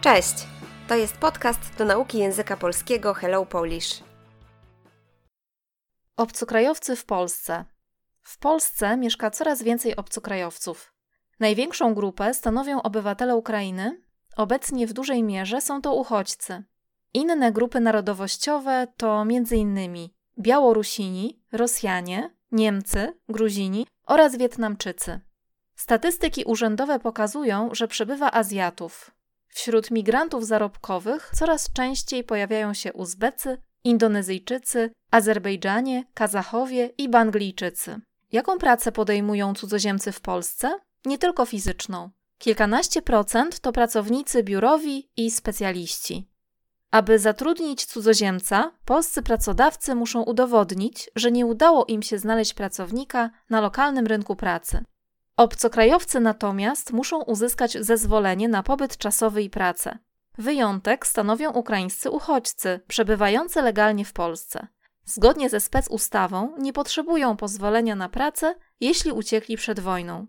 Cześć! To jest podcast do nauki języka polskiego Hello Polish. Obcokrajowcy w Polsce. W Polsce mieszka coraz więcej obcokrajowców. Największą grupę stanowią obywatele Ukrainy. Obecnie w dużej mierze są to uchodźcy. Inne grupy narodowościowe to m.in. Białorusini, Rosjanie, Niemcy, Gruzini oraz Wietnamczycy. Statystyki urzędowe pokazują, że przybywa Azjatów. Wśród migrantów zarobkowych coraz częściej pojawiają się Uzbecy, Indonezyjczycy, Azerbejdżanie, Kazachowie i Banglijczycy. Jaką pracę podejmują cudzoziemcy w Polsce? Nie tylko fizyczną. Kilkanaście procent to pracownicy biurowi i specjaliści. Aby zatrudnić cudzoziemca, polscy pracodawcy muszą udowodnić, że nie udało im się znaleźć pracownika na lokalnym rynku pracy. Obcokrajowcy natomiast muszą uzyskać zezwolenie na pobyt czasowy i pracę. Wyjątek stanowią ukraińscy uchodźcy przebywający legalnie w Polsce. Zgodnie ze specustawą nie potrzebują pozwolenia na pracę, jeśli uciekli przed wojną.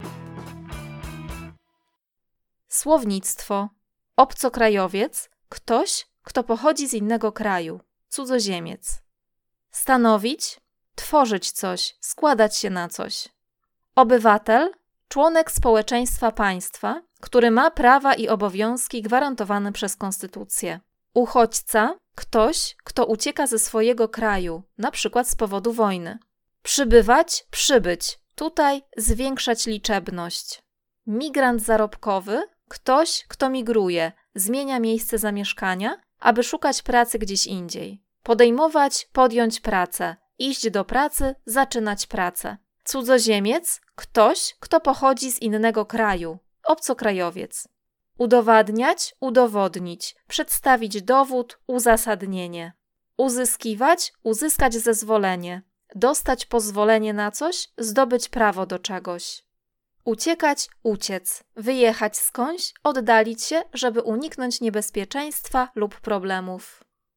Słownictwo. Obcokrajowiec – ktoś, kto pochodzi z innego kraju, cudzoziemiec. Stanowić – tworzyć coś, składać się na coś. Obywatel – członek społeczeństwa państwa, który ma prawa i obowiązki gwarantowane przez konstytucję. Uchodźca – ktoś, kto ucieka ze swojego kraju, na przykład z powodu wojny. Przybywać – przybyć, tutaj zwiększać liczebność. Migrant zarobkowy – ktoś, kto migruje, zmienia miejsce zamieszkania, aby szukać pracy gdzieś indziej. Podejmować – podjąć pracę, iść do pracy, zaczynać pracę. Cudzoziemiec – ktoś, kto pochodzi z innego kraju, obcokrajowiec. Udowadniać – udowodnić, przedstawić dowód, uzasadnienie. Uzyskiwać – uzyskać zezwolenie, dostać pozwolenie na coś, zdobyć prawo do czegoś. Uciekać – uciec, wyjechać skądś, oddalić się, żeby uniknąć niebezpieczeństwa lub problemów.